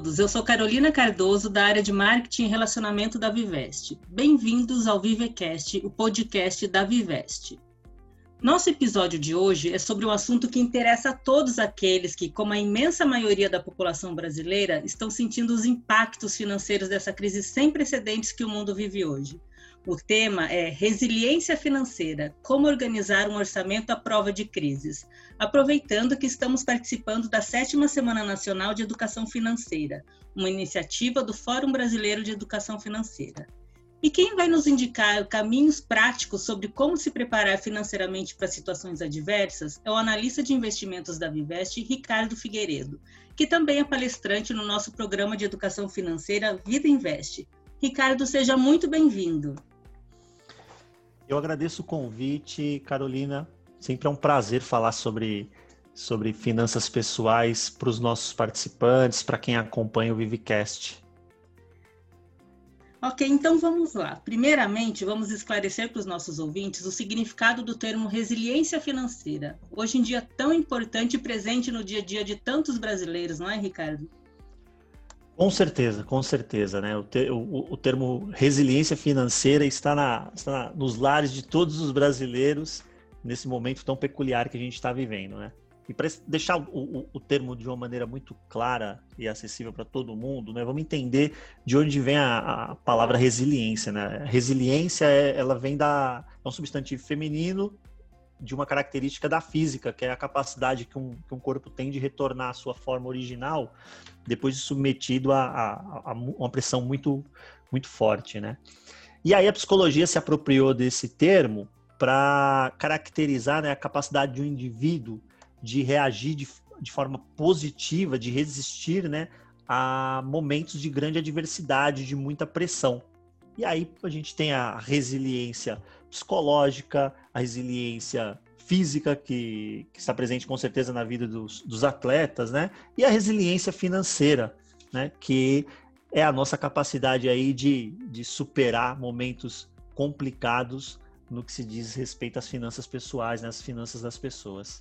todos, eu sou Carolina Cardoso, da área de Marketing e Relacionamento da Vivest. Bem-vindos ao Vivecast, o podcast da Vivest. Nosso episódio de hoje é sobre um assunto que interessa a todos aqueles que, como a imensa maioria da população brasileira, estão sentindo os impactos financeiros dessa crise sem precedentes que o mundo vive hoje. O tema é resiliência financeira, como organizar um orçamento à prova de crises, aproveitando que estamos participando da 7ª Semana Nacional de Educação Financeira, uma iniciativa do Fórum Brasileiro de Educação Financeira. E quem vai nos indicar caminhos práticos sobre como se preparar financeiramente para situações adversas é o analista de investimentos da Vivest, Ricardo Figueiredo, que também é palestrante no nosso programa de educação financeira Vida Invest. Ricardo, seja muito bem-vindo. Eu agradeço o convite, Carolina. Sempre é um prazer falar sobre finanças pessoais para os nossos participantes, para quem acompanha o Vivecast. Ok, então vamos lá. Primeiramente, vamos esclarecer para os nossos ouvintes o significado do termo resiliência financeira. Hoje em dia, tão importante e presente no dia a dia de tantos brasileiros, não é, Ricardo? Com certeza, né? O termo resiliência financeira está nos lares de todos os brasileiros nesse momento tão peculiar que a gente está vivendo, né? E para deixar o termo de uma maneira muito clara e acessível para todo mundo, né? Vamos entender de onde vem a palavra resiliência, né? Resiliência ela vem é um substantivo feminino de uma característica da física, que é a capacidade que um corpo tem de retornar à sua forma original depois de submetido a uma pressão muito, muito forte, né? E aí a psicologia se apropriou desse termo para caracterizar, né, a capacidade de um indivíduo de reagir de forma positiva, de resistir, né, a momentos de grande adversidade, de muita pressão. E aí a gente tem a resiliência psicológica, a resiliência física, que está presente com certeza na vida dos atletas, né? E a resiliência financeira, né? Que é a nossa capacidade aí de superar momentos complicados no que se diz respeito às finanças pessoais, né? As finanças das pessoas.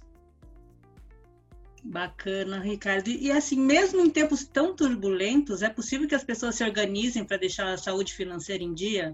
Bacana, Ricardo. E assim, mesmo em tempos tão turbulentos, é possível que as pessoas se organizem para deixar a saúde financeira em dia?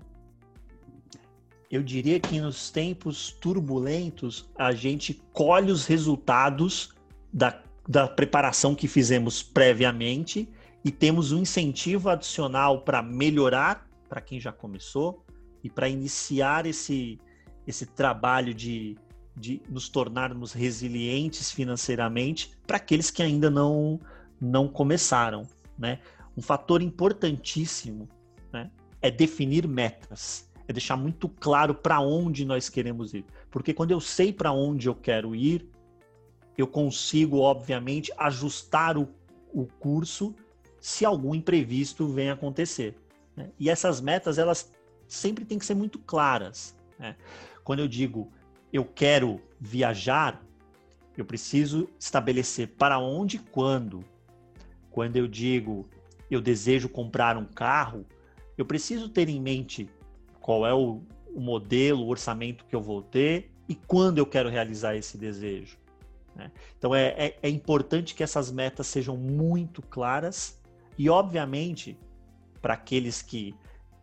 Eu diria que nos tempos turbulentos, a gente colhe os resultados da preparação que fizemos previamente e temos um incentivo adicional para melhorar para quem já começou e para iniciar esse trabalho de nos tornarmos resilientes financeiramente para aqueles que ainda não começaram, né? Um fator importantíssimo, né, é definir metas, é deixar muito claro para onde nós queremos ir. Porque quando eu sei para onde eu quero ir, eu consigo, obviamente, ajustar o curso se algum imprevisto vem acontecer, né? E essas metas, elas sempre têm que ser muito claras, né? Quando eu digo eu quero viajar, eu preciso estabelecer para onde e quando. Quando eu digo eu desejo comprar um carro, eu preciso ter em mente qual é o modelo, o orçamento que eu vou ter e quando eu quero realizar esse desejo, né? Então é importante que essas metas sejam muito claras e, obviamente, para aqueles que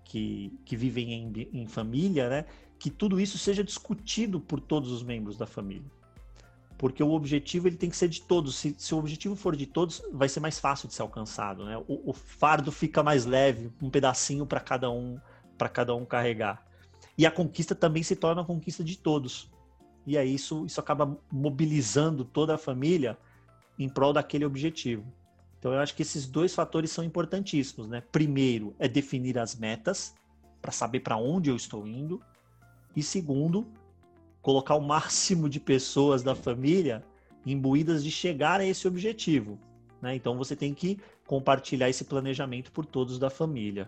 vivem em família, né, que tudo isso seja discutido por todos os membros da família. Porque o objetivo ele tem que ser de todos. Se o objetivo for de todos, vai ser mais fácil de ser alcançado, né? O fardo fica mais leve, um pedacinho para cada um carregar. E a conquista também se torna a conquista de todos. E aí isso acaba mobilizando toda a família em prol daquele objetivo. Então eu acho que esses dois fatores são importantíssimos, né? Primeiro é definir as metas, para saber para onde eu estou indo. E segundo, colocar o máximo de pessoas da família imbuídas de chegar a esse objetivo, né? Então você tem que compartilhar esse planejamento por todos da família.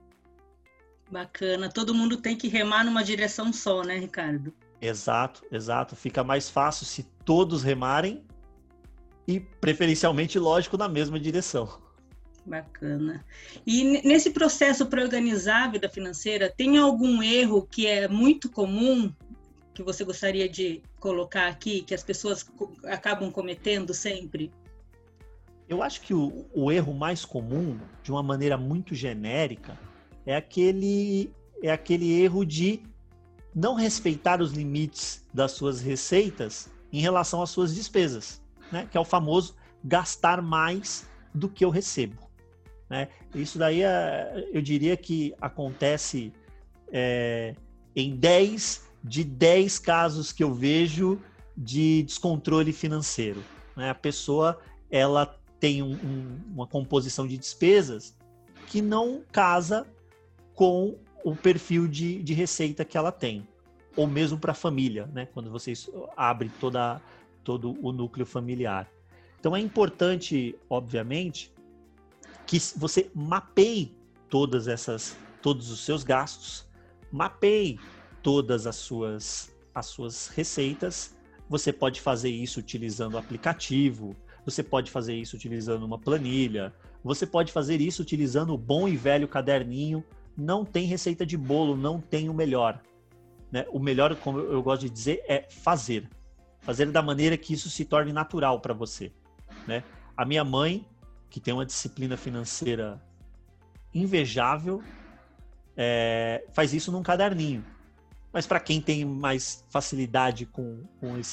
Bacana. Todo mundo tem que remar numa direção só, né, Ricardo? Exato. Fica mais fácil se todos remarem e, preferencialmente, lógico, na mesma direção. Bacana. E nesse processo para organizar a vida financeira, tem algum erro que é muito comum que você gostaria de colocar aqui, que as pessoas acabam cometendo sempre? Eu acho que o erro mais comum, de uma maneira muito genérica, é aquele erro de não respeitar os limites das suas receitas em relação às suas despesas, né? Que é o famoso gastar mais do que eu recebo, né? Isso daí, eu diria que acontece em 10 de 10 casos que eu vejo de descontrole financeiro, né? A pessoa, ela tem uma composição de despesas que não casa com o perfil de receita que ela tem, ou mesmo para a família, né? Quando vocês abrem todo o núcleo familiar. Então é importante, obviamente, que você mapeie todos os seus gastos, mapeie todas as suas receitas. Você pode fazer isso utilizando o aplicativo, você pode fazer isso utilizando uma planilha, você pode fazer isso utilizando o bom e velho caderninho. Não tem receita de bolo, não tem o melhor, né? O melhor, como eu gosto de dizer, é fazer. Fazer da maneira que isso se torne natural para você, né? A minha mãe, que tem uma disciplina financeira invejável, faz isso num caderninho. Mas para quem tem mais facilidade com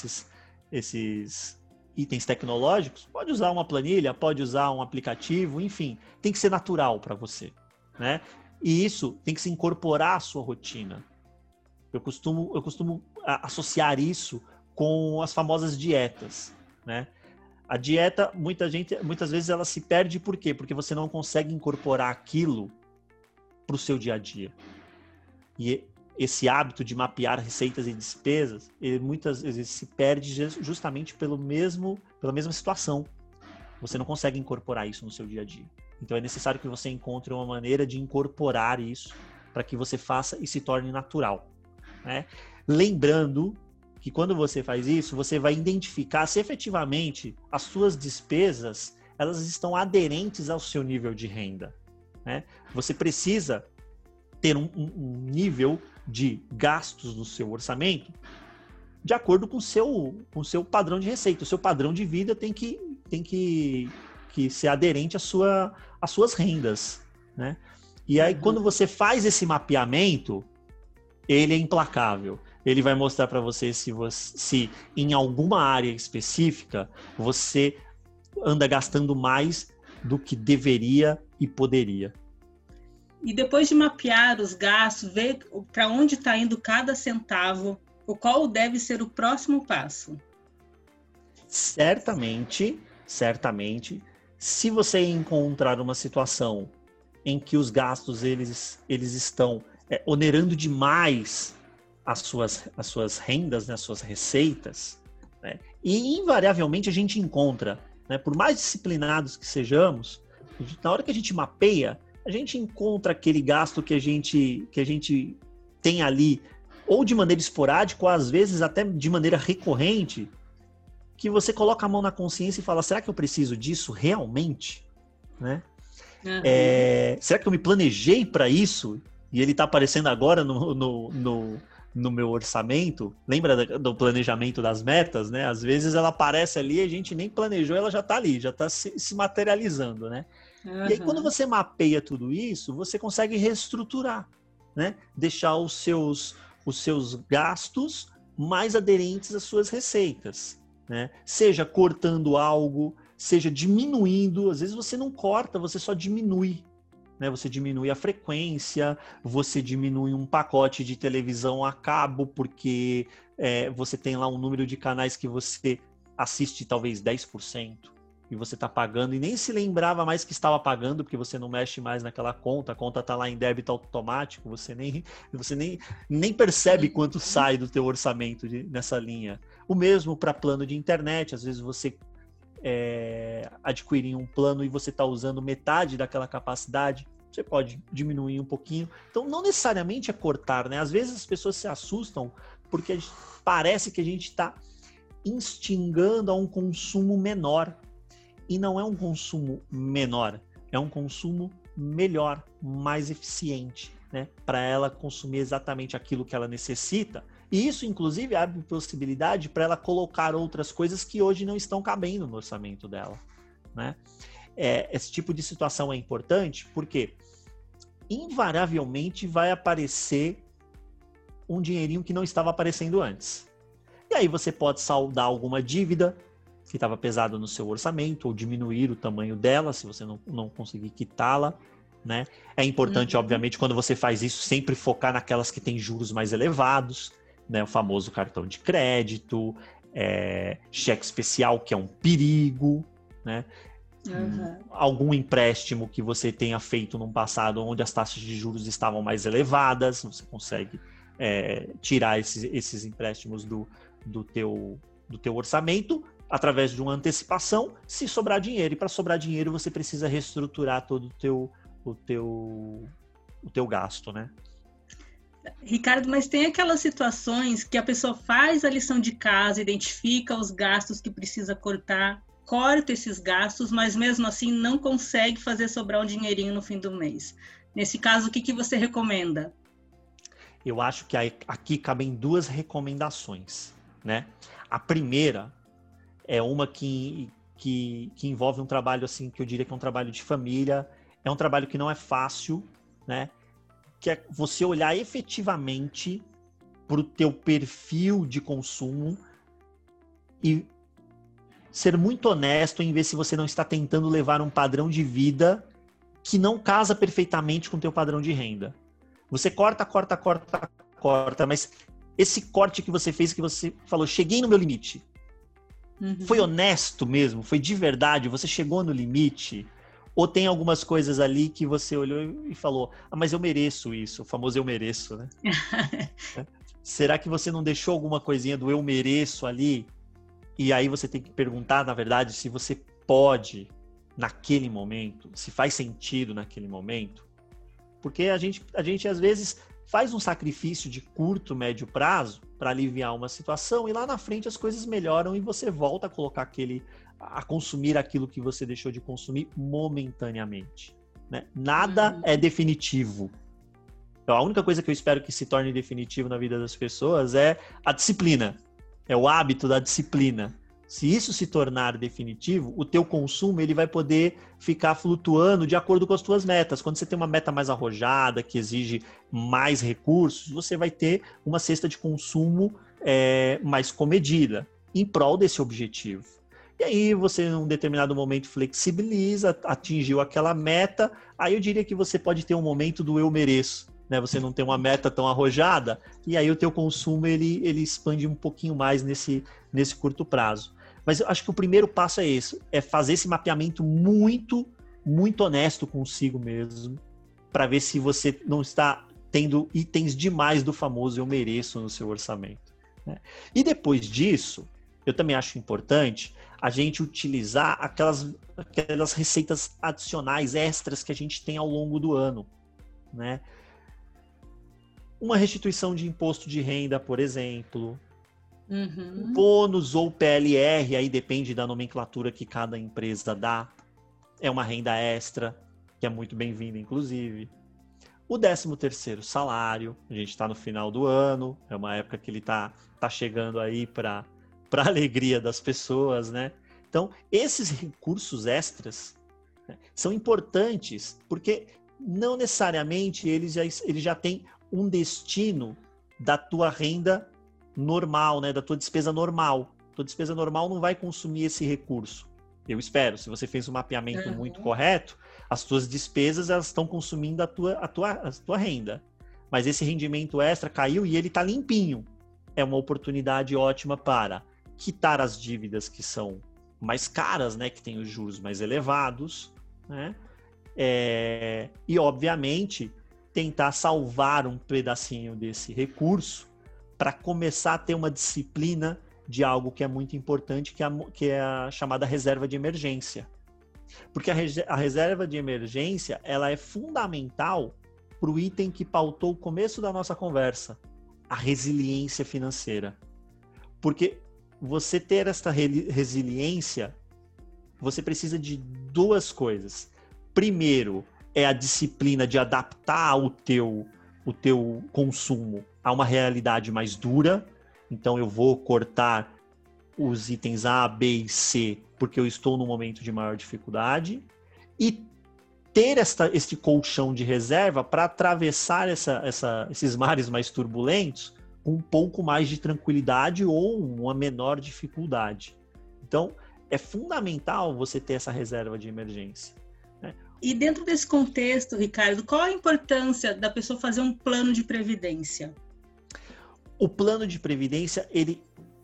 esses itens tecnológicos, pode usar uma planilha, pode usar um aplicativo, enfim, tem que ser natural para você, né? E isso tem que se incorporar à sua rotina. Eu costumo associar isso com as famosas dietas, né? A dieta, muitas vezes ela se perde, por quê? Porque você não consegue incorporar aquilo para o seu dia a dia. E esse hábito de mapear receitas e despesas, ele muitas vezes se perde justamente pela mesma situação. Você não consegue incorporar isso no seu dia a dia. Então é necessário que você encontre uma maneira de incorporar isso para que você faça e se torne natural, né? Lembrando que quando você faz isso, você vai identificar se efetivamente as suas despesas elas estão aderentes ao seu nível de renda, né? Você precisa ter um nível de gastos no seu orçamento de acordo com o seu padrão de receita. O seu padrão de vida tem que ser aderente às suas rendas, né? E aí, quando você faz esse mapeamento, ele é implacável. Ele vai mostrar para você se em alguma área específica você anda gastando mais do que deveria e poderia. E depois de mapear os gastos, ver para onde está indo cada centavo, qual deve ser o próximo passo? Certamente, se você encontrar uma situação em que os gastos eles estão onerando demais as suas rendas, né, as suas receitas, né, e invariavelmente a gente encontra, né, por mais disciplinados que sejamos, na hora que a gente mapeia, a gente encontra aquele gasto que a gente tem ali, ou de maneira esporádica, ou às vezes até de maneira recorrente, que você coloca a mão na consciência e fala, será que eu preciso disso realmente? Né? Uhum. Será que eu me planejei para isso? E ele está aparecendo agora no meu orçamento? Lembra do planejamento das metas, né? Às vezes ela aparece ali, a gente nem planejou, ela já está ali, já está se materializando, né? Uhum. E aí quando você mapeia tudo isso, você consegue reestruturar, né? Deixar os seus gastos mais aderentes às suas receitas, né? Seja cortando algo, seja diminuindo. Às vezes você não corta, você só diminui, né? Você diminui a frequência, você diminui um pacote de televisão a cabo, porque você tem lá um número de canais que você assiste talvez 10%, e você está pagando e nem se lembrava mais que estava pagando, porque você não mexe mais naquela conta, a conta está lá em débito automático, você nem percebe quanto sai do teu orçamento nessa linha. O mesmo para plano de internet, às vezes você adquirir um plano e você está usando metade daquela capacidade, você pode diminuir um pouquinho. Então não necessariamente é cortar, né? Às vezes as pessoas se assustam porque parece que a gente está instigando a um consumo menor. E não é um consumo menor, é um consumo melhor, mais eficiente, né? Para ela consumir exatamente aquilo que ela necessita. E isso, inclusive, abre possibilidade para ela colocar outras coisas que hoje não estão cabendo no orçamento dela, né? Esse tipo de situação é importante porque invariavelmente vai aparecer um dinheirinho que não estava aparecendo antes. E aí você pode saldar alguma dívida que estava pesada no seu orçamento ou diminuir o tamanho dela se você não conseguir quitá-la, né? É importante, obviamente, quando você faz isso, sempre focar naquelas que têm juros mais elevados, né? O famoso cartão de crédito, cheque especial, que é um perigo, né? Algum empréstimo que você tenha feito no passado onde as taxas de juros estavam mais elevadas, você consegue tirar esses empréstimos do teu orçamento através de uma antecipação, se sobrar dinheiro. E para sobrar dinheiro, você precisa reestruturar todo o teu gasto, né? Ricardo, mas tem aquelas situações que a pessoa faz a lição de casa, identifica os gastos que precisa cortar, corta esses gastos, mas mesmo assim não consegue fazer sobrar um dinheirinho no fim do mês. Nesse caso, o que você recomenda? Eu acho que aqui cabem duas recomendações, né? A primeira é uma que envolve um trabalho assim, que eu diria que é um trabalho de família, é um trabalho que não é fácil, né? Que é você olhar efetivamente para o teu perfil de consumo e ser muito honesto em ver se você não está tentando levar um padrão de vida que não casa perfeitamente com o teu padrão de renda. Você corta, mas esse corte que você fez, que você falou, cheguei no meu limite. Foi honesto mesmo? Foi de verdade? Você chegou no limite? Ou tem algumas coisas ali que você olhou e falou, mas eu mereço isso, o famoso eu mereço, né? Será que você não deixou alguma coisinha do eu mereço ali? E aí você tem que perguntar, na verdade, se você pode naquele momento, se faz sentido naquele momento. Porque a gente às vezes faz um sacrifício de curto, médio prazo para aliviar uma situação e lá na frente as coisas melhoram e você volta a colocar a consumir aquilo que você deixou de consumir momentaneamente, né? Nada é definitivo. Então, a única coisa que eu espero que se torne definitivo na vida das pessoas é a disciplina, é o hábito da disciplina. Se isso se tornar definitivo, o teu consumo ele vai poder ficar flutuando de acordo com as tuas metas. Quando você tem uma meta mais arrojada, que exige mais recursos, você vai ter uma cesta de consumo mais comedida, em prol desse objetivo. E aí você, em um determinado momento, flexibiliza, atingiu aquela meta, aí eu diria que você pode ter um momento do eu mereço, né? Você não tem uma meta tão arrojada, e aí o teu consumo ele expande um pouquinho mais nesse curto prazo. Mas eu acho que o primeiro passo é esse, é fazer esse mapeamento muito, muito honesto consigo mesmo, para ver se você não está tendo itens demais do famoso eu mereço no seu orçamento, né? E depois disso, eu também acho importante a gente utilizar aquelas receitas adicionais, extras que a gente tem ao longo do ano, né? Uma restituição de imposto de renda, por exemplo, bônus ou PLR, aí depende da nomenclatura que cada empresa dá, é uma renda extra, que é muito bem-vinda, inclusive. O 13º salário, a gente está no final do ano, é uma época que ele tá chegando aí para a alegria das pessoas, né? Então, esses recursos extras, né, são importantes, porque não necessariamente eles já têm um destino da tua renda normal, né, da tua despesa normal. Tua despesa normal não vai consumir esse recurso. Eu espero, se você fez um mapeamento muito correto, as tuas despesas elas estão consumindo a tua renda. Mas esse rendimento extra caiu e ele está limpinho. É uma oportunidade ótima para quitar as dívidas que são mais caras, né, que têm os juros mais elevados, né? E, obviamente, tentar salvar um pedacinho desse recurso para começar a ter uma disciplina de algo que é muito importante, que é a chamada reserva de emergência. Porque a reserva de emergência ela é fundamental para o item que pautou o começo da nossa conversa, a resiliência financeira. Porque você ter esta resiliência, você precisa de duas coisas. Primeiro, é a disciplina de adaptar o teu consumo a uma realidade mais dura. Então, eu vou cortar os itens A, B e C porque eu estou num momento de maior dificuldade e ter este colchão de reserva para atravessar esses mares mais turbulentos com um pouco mais de tranquilidade ou uma menor dificuldade. Então, é fundamental você ter essa reserva de emergência, né? E dentro desse contexto, Ricardo, qual a importância da pessoa fazer um plano de previdência? O plano de previdência, ele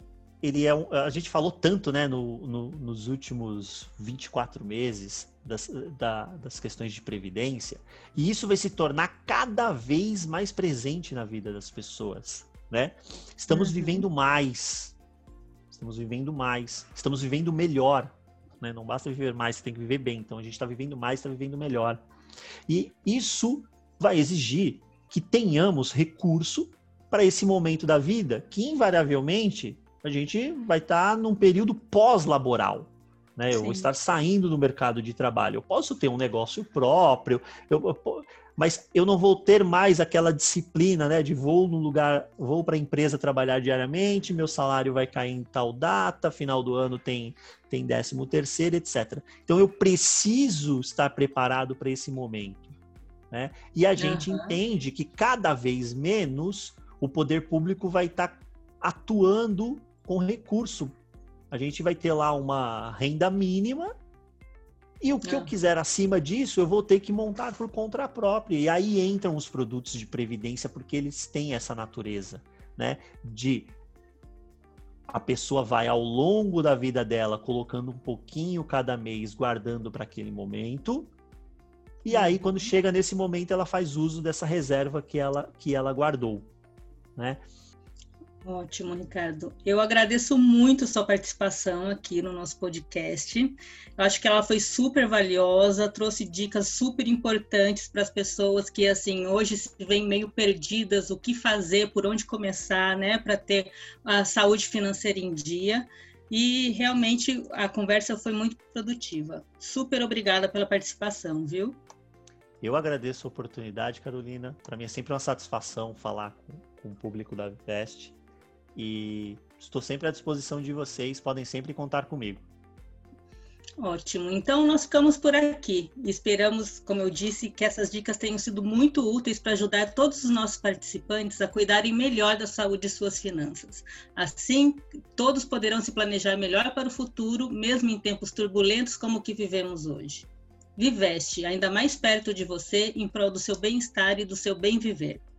a gente falou tanto, né, nos últimos 24 meses das questões de previdência, e isso vai se tornar cada vez mais presente na vida das pessoas, né? Estamos vivendo mais, estamos vivendo melhor, né? Não basta viver mais, você tem que viver bem. Então a gente está vivendo mais, está vivendo melhor. E isso vai exigir que tenhamos recurso para esse momento da vida, que invariavelmente a gente vai estar num período pós-laboral, né? Eu vou estar saindo do mercado de trabalho. Eu posso ter um negócio próprio, mas eu não vou ter mais aquela disciplina, né? De vou para a empresa trabalhar diariamente, meu salário vai cair em tal data, final do ano tem 13º, etc. Então eu preciso estar preparado para esse momento, né? E a gente entende que cada vez menos o poder público vai estar atuando com recurso. A gente vai ter lá uma renda mínima e o que eu quiser acima disso, eu vou ter que montar por conta própria. E aí entram os produtos de previdência, porque eles têm essa natureza, né? De a pessoa vai ao longo da vida dela colocando um pouquinho cada mês, guardando para aquele momento. E aí, quando chega nesse momento, ela faz uso dessa reserva que ela guardou, né? Ótimo, Ricardo. Eu agradeço muito sua participação aqui no nosso podcast. Eu acho que ela foi super valiosa, trouxe dicas super importantes para as pessoas que, assim, hoje se veem meio perdidas, o que fazer, por onde começar, né, para ter a saúde financeira em dia. E realmente a conversa foi muito produtiva. Super obrigada pela participação, viu? Eu agradeço a oportunidade, Carolina. Para mim é sempre uma satisfação falar com o público da Vivest. E estou sempre à disposição de vocês, podem sempre contar comigo. Ótimo, então nós ficamos por aqui. Esperamos, como eu disse, que essas dicas tenham sido muito úteis para ajudar todos os nossos participantes a cuidarem melhor da saúde de suas finanças. Assim, todos poderão se planejar melhor para o futuro, mesmo em tempos turbulentos como o que vivemos hoje. Vivest, ainda mais perto de você, em prol do seu bem-estar e do seu bem viver.